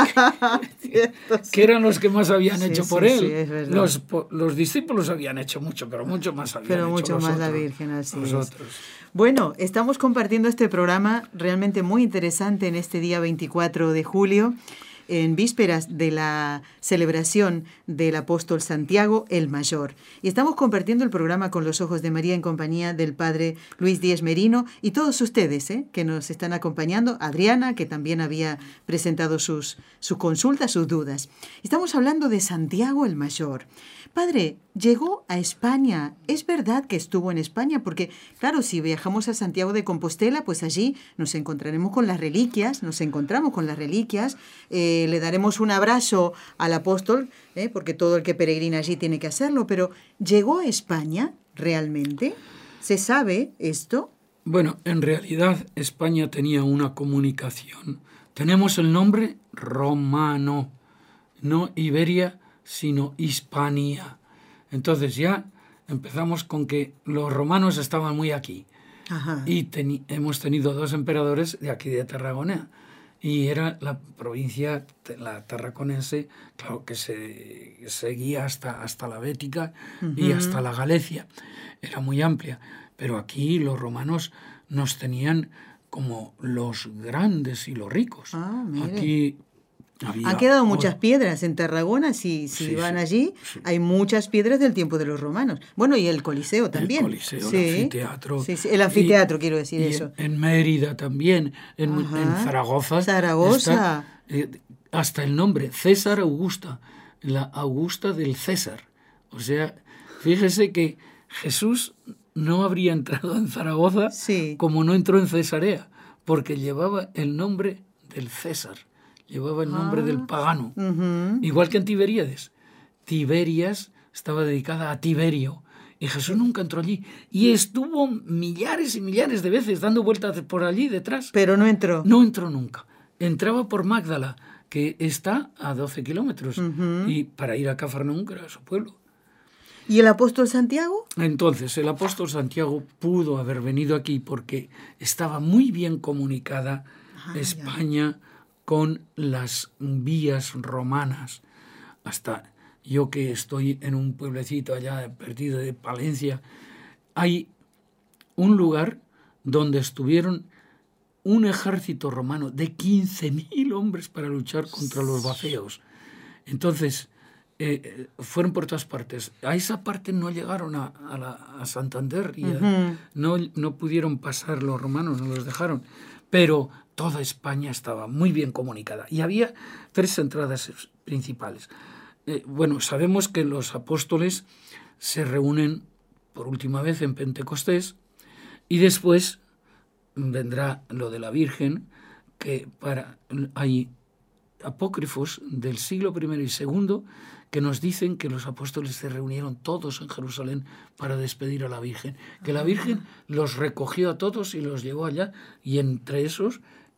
Que eran los que más habían hecho por él. Sí, es verdad. Los discípulos habían hecho mucho, pero mucho más habían hecho mucho más la Virgen, así nosotros. Es. Bueno, estamos compartiendo este programa realmente muy interesante en este día 24 de julio. En vísperas de la celebración del apóstol Santiago el Mayor. Y estamos compartiendo el programa con los ojos de María en compañía del padre Luis Díez Merino y todos ustedes que nos están acompañando, Adriana, que también había presentado sus consultas, sus dudas. Estamos hablando de Santiago el Mayor. Padre, llegó a España. ¿Es verdad que estuvo en España? Porque, claro, si viajamos a Santiago de Compostela, pues allí nos encontraremos con las reliquias, le daremos un abrazo al apóstol, porque todo el que peregrina allí tiene que hacerlo, pero ¿llegó a España realmente? ¿Se sabe esto? Bueno, en realidad España tenía una comunicación. Tenemos el nombre romano, no Iberia, sino Hispania. Entonces ya empezamos con que los romanos estaban muy aquí. Ajá. Y hemos tenido 2 emperadores de aquí de Tarragona. Y era la provincia, la tarraconense, claro que se seguía hasta la Bética y hasta la Galicia. Era muy amplia. Pero aquí los romanos nos tenían como los grandes y los ricos. Mire. Aquí han quedado muchas piedras en Tarragona, si van allí, hay muchas piedras del tiempo de los romanos. Bueno, y el Coliseo también. El Coliseo, el anfiteatro. El anfiteatro, quiero decir eso. En Mérida también, en Zaragoza. Zaragoza. Está, hasta el nombre, César Augusta, la Augusta del César. O sea, fíjese que Jesús no habría entrado en Zaragoza como no entró en Cesarea, porque llevaba el nombre del César. Llevaba el nombre del pagano, igual que en Tiberíades. Tiberias estaba dedicada a Tiberio, y Jesús nunca entró allí. Y estuvo millares y millares de veces dando vueltas por allí detrás. Pero no entró. No entró nunca. Entraba por Mágdala, que está a 12 kilómetros, y para ir a Cafarnaúm, que era su pueblo. ¿Y el apóstol Santiago? Entonces, el apóstol Santiago pudo haber venido aquí porque estaba muy bien comunicada España con las vías romanas. Hasta yo que estoy en un pueblecito allá perdido de Palencia, hay un lugar donde estuvieron un ejército romano de 15.000 hombres para luchar contra los vaceos. Entonces, fueron por todas partes. A esa parte no llegaron a Santander y no pudieron pasar los romanos, no los dejaron. Pero toda España estaba muy bien comunicada y había 3 entradas principales. Bueno, sabemos que los apóstoles se reúnen por última vez en Pentecostés y después vendrá lo de la Virgen, que hay apócrifos del siglo I y II que nos dicen que los apóstoles se reunieron todos en Jerusalén para despedir a la Virgen, que la Virgen los recogió a todos y los llevó allá, y entre esos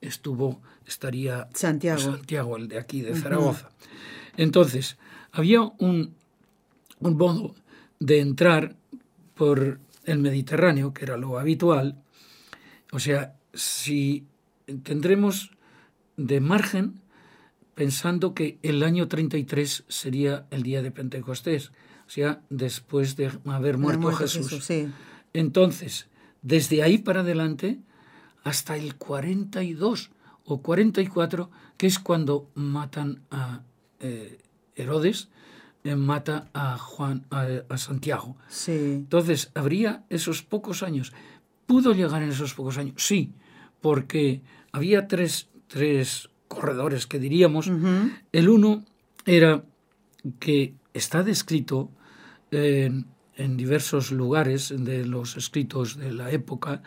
estaría Santiago, el de aquí, de Zaragoza. Entonces, había un modo de entrar por el Mediterráneo, que era lo habitual. O sea, si tendremos de margen pensando que el año 33 sería el día de Pentecostés, o sea, después de haber muerto Jesús. Sí. Entonces, desde ahí para adelante, hasta el 42 o 44, que es cuando matan a Herodes, mata a Santiago. Sí. Entonces, habría esos pocos años. ¿Pudo llegar en esos pocos años? Sí, porque había tres corredores que diríamos. El uno era que está descrito en diversos lugares de los escritos de la época,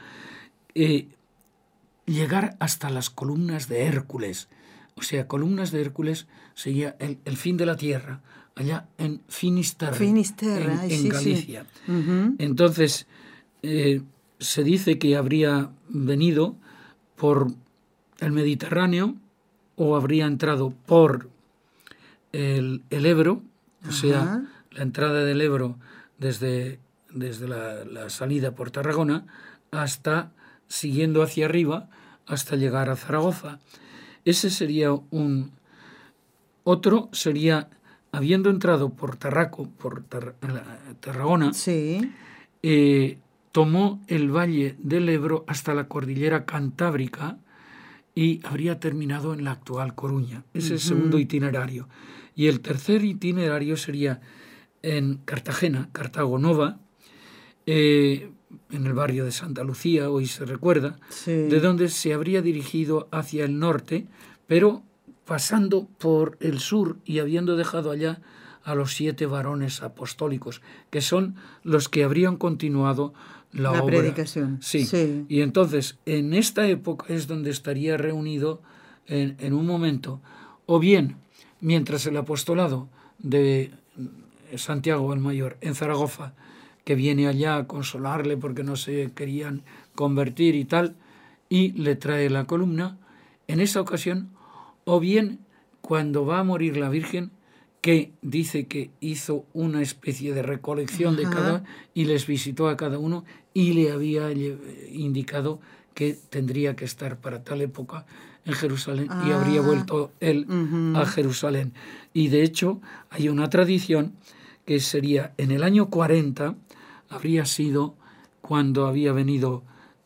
llegar hasta las columnas de Hércules. O sea, columnas de Hércules sería el fin de la tierra, allá en Finisterre, en Galicia. Sí. Entonces, se dice que habría venido por el Mediterráneo o habría entrado por el Ebro, o sea, la entrada del Ebro desde la salida por Tarragona hasta, siguiendo hacia arriba, hasta llegar a Zaragoza. Ese sería un. Otro sería, habiendo entrado por Tarragona, sí. Tomó el valle del Ebro hasta la cordillera Cantábrica y habría terminado en la actual Coruña. Ese es el segundo itinerario. Y el tercer itinerario sería en Cartagena, Cartago Nova, en el barrio de Santa Lucía, hoy se recuerda, de donde se habría dirigido hacia el norte, pero pasando por el sur y habiendo dejado allá a los 7 varones apostólicos, que son los que habrían continuado la obra. Predicación. Sí. Y entonces, en esta época es donde estaría reunido en un momento o bien mientras el apostolado de Santiago el Mayor en Zaragoza, que viene allá a consolarle porque no se querían convertir y tal, y le trae la columna, en esa ocasión, o bien cuando va a morir la Virgen, que dice que hizo una especie de recolección de cada, y les visitó a cada uno y le había indicado que tendría que estar para tal época en Jerusalén y habría vuelto él a Jerusalén. Y de hecho hay una tradición que sería en el año 40, habría sido cuando había venido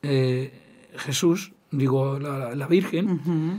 Jesús, digo la Virgen,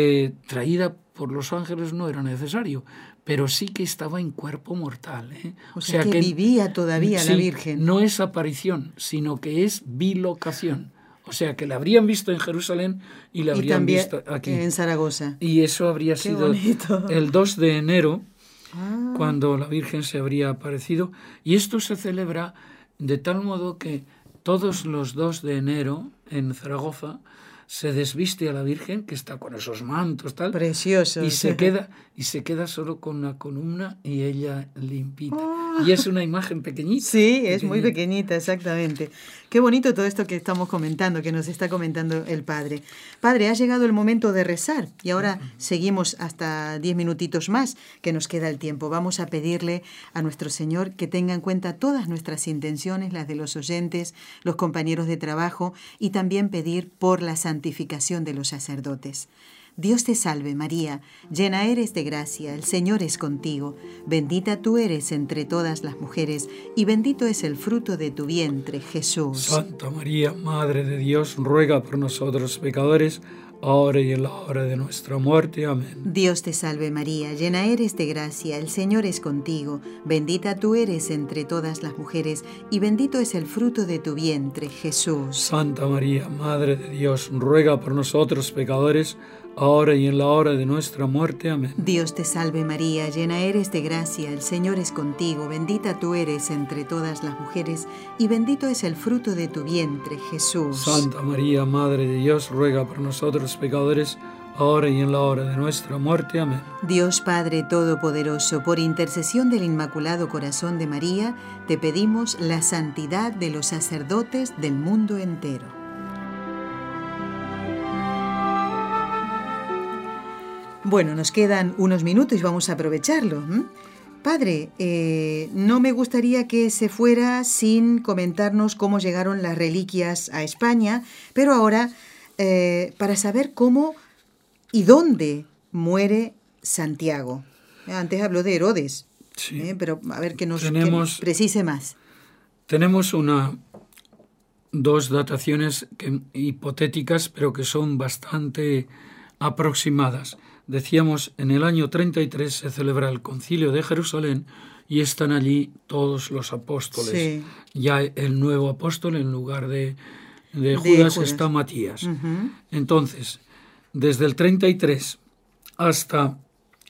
traída por los ángeles no era necesario, pero sí que estaba en cuerpo mortal. O sea que vivía todavía sí, la Virgen. No es aparición, sino que es bilocación. O sea que la habrían visto en Jerusalén y la habrían visto aquí. En Zaragoza. Y eso habría sido bonito. El 2 de enero, cuando la Virgen se habría aparecido. Y esto se celebra de tal modo que todos los 2 de enero en Zaragoza se desviste a la Virgen, que está con esos mantos, tal. Precioso. Y se queda solo con la columna y ella limpita. Y es una imagen pequeñita. Sí, es muy pequeñita, exactamente. Qué bonito todo esto que estamos comentando, que nos está comentando el Padre. Padre, ha llegado el momento de rezar y ahora seguimos hasta 10 minutitos más, que nos queda el tiempo. Vamos a pedirle a nuestro Señor que tenga en cuenta todas nuestras intenciones, las de los oyentes, los compañeros de trabajo, y también pedir por la santificación de los sacerdotes. Dios te salve María, llena eres de gracia, el Señor es contigo, bendita tú eres entre todas las mujeres y bendito es el fruto de tu vientre, Jesús. Santa María, Madre de Dios, ruega por nosotros pecadores, ahora y en la hora de nuestra muerte. Amén. Dios te salve María, llena eres de gracia, el Señor es contigo, bendita tú eres entre todas las mujeres y bendito es el fruto de tu vientre, Jesús. Santa María, Madre de Dios, ruega por nosotros pecadores, ahora y en la hora de nuestra muerte. Amén. Dios te salve María, llena eres de gracia, el Señor es contigo, bendita tú eres entre todas las mujeres y bendito es el fruto de tu vientre, Jesús. Santa María, Madre de Dios, ruega por nosotros pecadores, ahora y en la hora de nuestra muerte. Amén. Dios Padre Todopoderoso, por intercesión del Inmaculado Corazón de María, te pedimos la santidad de los sacerdotes del mundo entero. Bueno, nos quedan unos minutos y vamos a aprovecharlo. Padre, no me gustaría que se fuera sin comentarnos cómo llegaron las reliquias a España, pero ahora, para saber cómo y dónde muere Santiago. Antes habló de Herodes, sí. Pero a ver que nos precise más. Tenemos dos dataciones hipotéticas, pero que son bastante aproximadas. Decíamos, en el año 33 se celebra el Concilio de Jerusalén y están allí todos los apóstoles. Sí. Ya el nuevo apóstol, en lugar de Judas, está Matías. Uh-huh. Entonces, desde el 33 hasta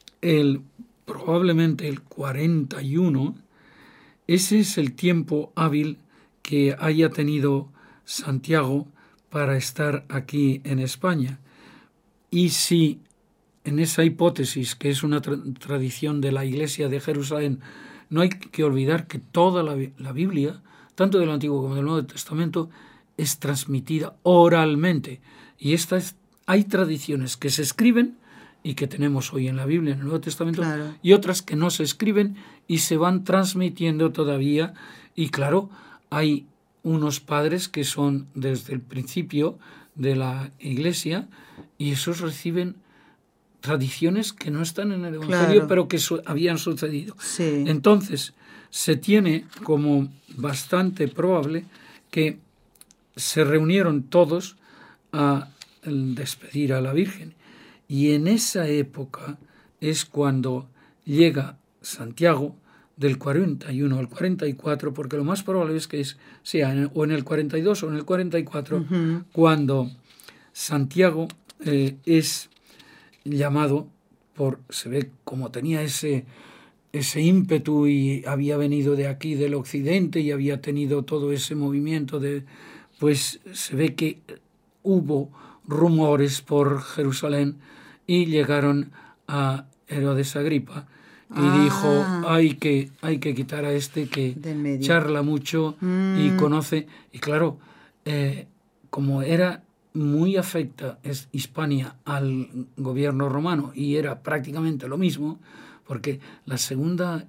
probablemente el 41, ese es el tiempo hábil que haya tenido Santiago para estar aquí en España. Y si en esa hipótesis, que es una tradición de la Iglesia de Jerusalén, no hay que olvidar que toda la Biblia, tanto del Antiguo como del Nuevo Testamento, es transmitida oralmente. Y hay tradiciones que se escriben y que tenemos hoy en la Biblia, en el Nuevo Testamento, claro, y otras que no se escriben y se van transmitiendo todavía. Y claro, hay unos padres que son desde el principio de la Iglesia y esos reciben tradiciones que no están en el Evangelio, claro, pero que habían sucedido. Sí. Entonces, se tiene como bastante probable que se reunieron todos a despedir a la Virgen. Y en esa época es cuando llega Santiago del 41 al 44, porque lo más probable es que sea o en el 42 o en el 44, uh-huh, cuando Santiago es llamado se ve como tenía ese ímpetu y había venido de aquí del occidente y había tenido todo ese movimiento pues se ve que hubo rumores por Jerusalén y llegaron a Herodes Agripa y dijo, hay que quitar a este que charla mucho y conoce. Y claro, como era muy afecta Hispania al gobierno romano y era prácticamente lo mismo, porque la segunda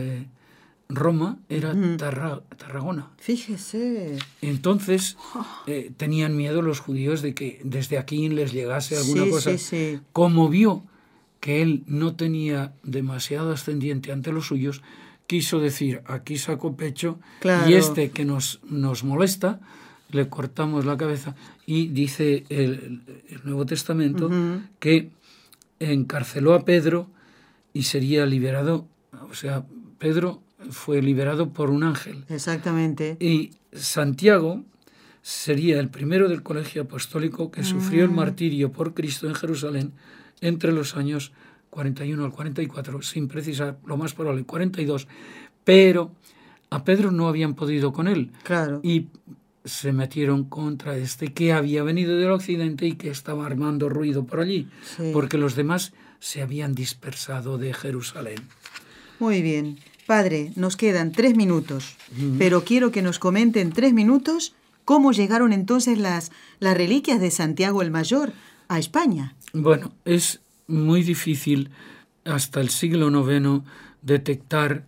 Roma era Tarragona. Fíjese. Entonces tenían miedo los judíos de que desde aquí les llegase alguna cosa. Sí. Como vio que él no tenía demasiado ascendiente ante los suyos, quiso decir, aquí saco pecho, claro, y este que nos molesta, le cortamos la cabeza. Y dice el Nuevo Testamento que encarceló a Pedro y sería liberado, o sea, Pedro fue liberado por un ángel. Exactamente. Y Santiago sería el primero del colegio apostólico que sufrió el martirio por Cristo en Jerusalén entre los años 41 al 44, sin precisar, lo más probable, 42, pero a Pedro no habían podido con él. Claro. Y se metieron contra este que había venido del occidente y que estaba armando ruido por allí, porque los demás se habían dispersado de Jerusalén. Muy bien. Padre, nos quedan 3 minutos, pero quiero que nos comente en 3 minutos cómo llegaron entonces las reliquias de Santiago el Mayor a España. Bueno, es muy difícil hasta el siglo IX detectar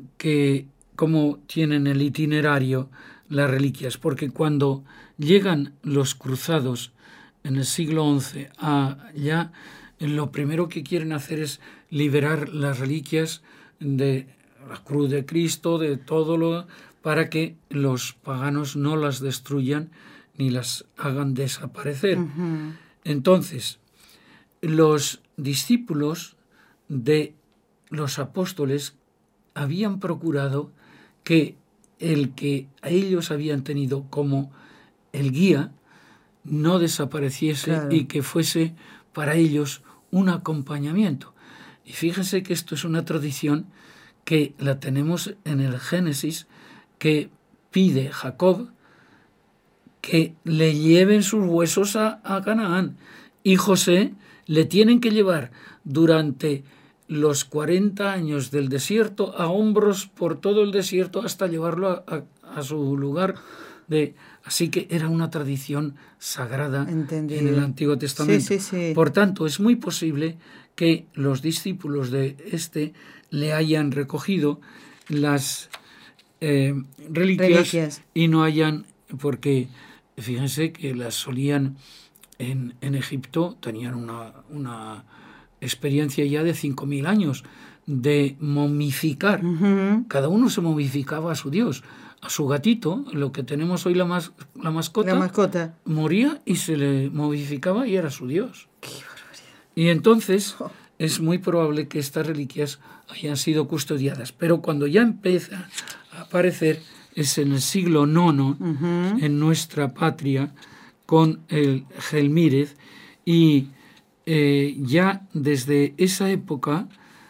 cómo tienen el itinerario las reliquias, porque cuando llegan los cruzados en el siglo XI allá, lo primero que quieren hacer es liberar las reliquias de la cruz de Cristo, de todo para que los paganos no las destruyan ni las hagan desaparecer. Entonces, los discípulos de los apóstoles habían procurado que el que ellos habían tenido como el guía no desapareciese, claro, y que fuese para ellos un acompañamiento. Y fíjense que esto es una tradición que la tenemos en el Génesis, que pide Jacob que le lleven sus huesos a Canaán, y José le tienen que llevar durante los 40 años del desierto a hombros por todo el desierto hasta llevarlo a su lugar de... Así que era una tradición sagrada. Entendido. En el Antiguo Testamento. Sí. Por tanto, es muy posible que los discípulos de le hayan recogido las reliquias y no hayan... Porque fíjense que las solían en Egipto, tenían una experiencia ya de 5.000 años de momificar. Cada uno se momificaba a su dios. A su gatito, lo que tenemos hoy la mascota, moría y se le momificaba y era su dios. ¡Qué barbaridad! Y entonces es muy probable que estas reliquias hayan sido custodiadas. Pero cuando ya empieza a aparecer es en el siglo IX, en nuestra patria, con el Gelmírez, y ya desde esa época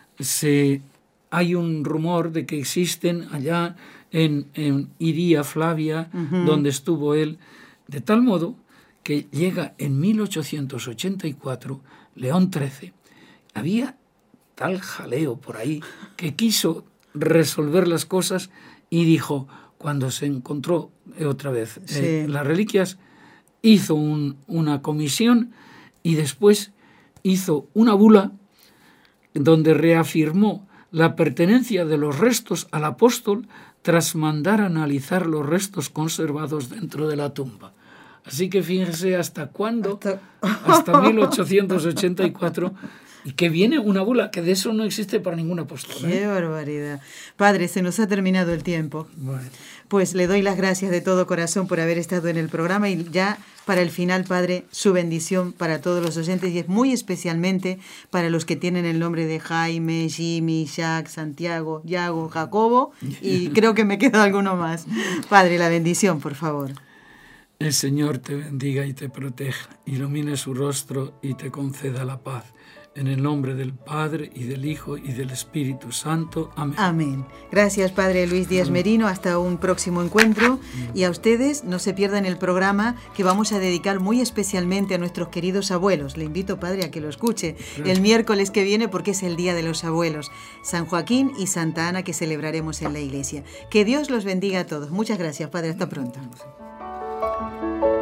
hay un rumor de que existen allá en Iria Flavia, donde estuvo él, de tal modo que llega en 1884 León XIII. Había tal jaleo por ahí que quiso resolver las cosas y dijo, cuando se encontró otra vez las reliquias, hizo una comisión y después hizo una bula donde reafirmó la pertenencia de los restos al apóstol tras mandar analizar los restos conservados dentro de la tumba. Así que fíjense hasta cuándo, hasta 1884, y que viene una bula, que de eso no existe para ningún apóstol. ¡Qué barbaridad! Padre, se nos ha terminado el tiempo. Bueno. Pues le doy las gracias de todo corazón por haber estado en el programa y ya para el final, Padre, su bendición para todos los oyentes y es muy especialmente para los que tienen el nombre de Jaime, Jimmy, Jacques, Santiago, Yago, Jacobo y creo que me queda alguno más. Padre, la bendición, por favor. El Señor te bendiga y te proteja, ilumine su rostro y te conceda la paz. En el nombre del Padre, y del Hijo, y del Espíritu Santo. Amén. Amén. Gracias, Padre Luis Díaz Merino. Hasta un próximo encuentro. Y a ustedes, no se pierdan el programa que vamos a dedicar muy especialmente a nuestros queridos abuelos. Le invito, Padre, a que lo escuche el miércoles que viene, porque es el Día de los Abuelos. San Joaquín y Santa Ana, que celebraremos en la iglesia. Que Dios los bendiga a todos. Muchas gracias, Padre. Hasta pronto.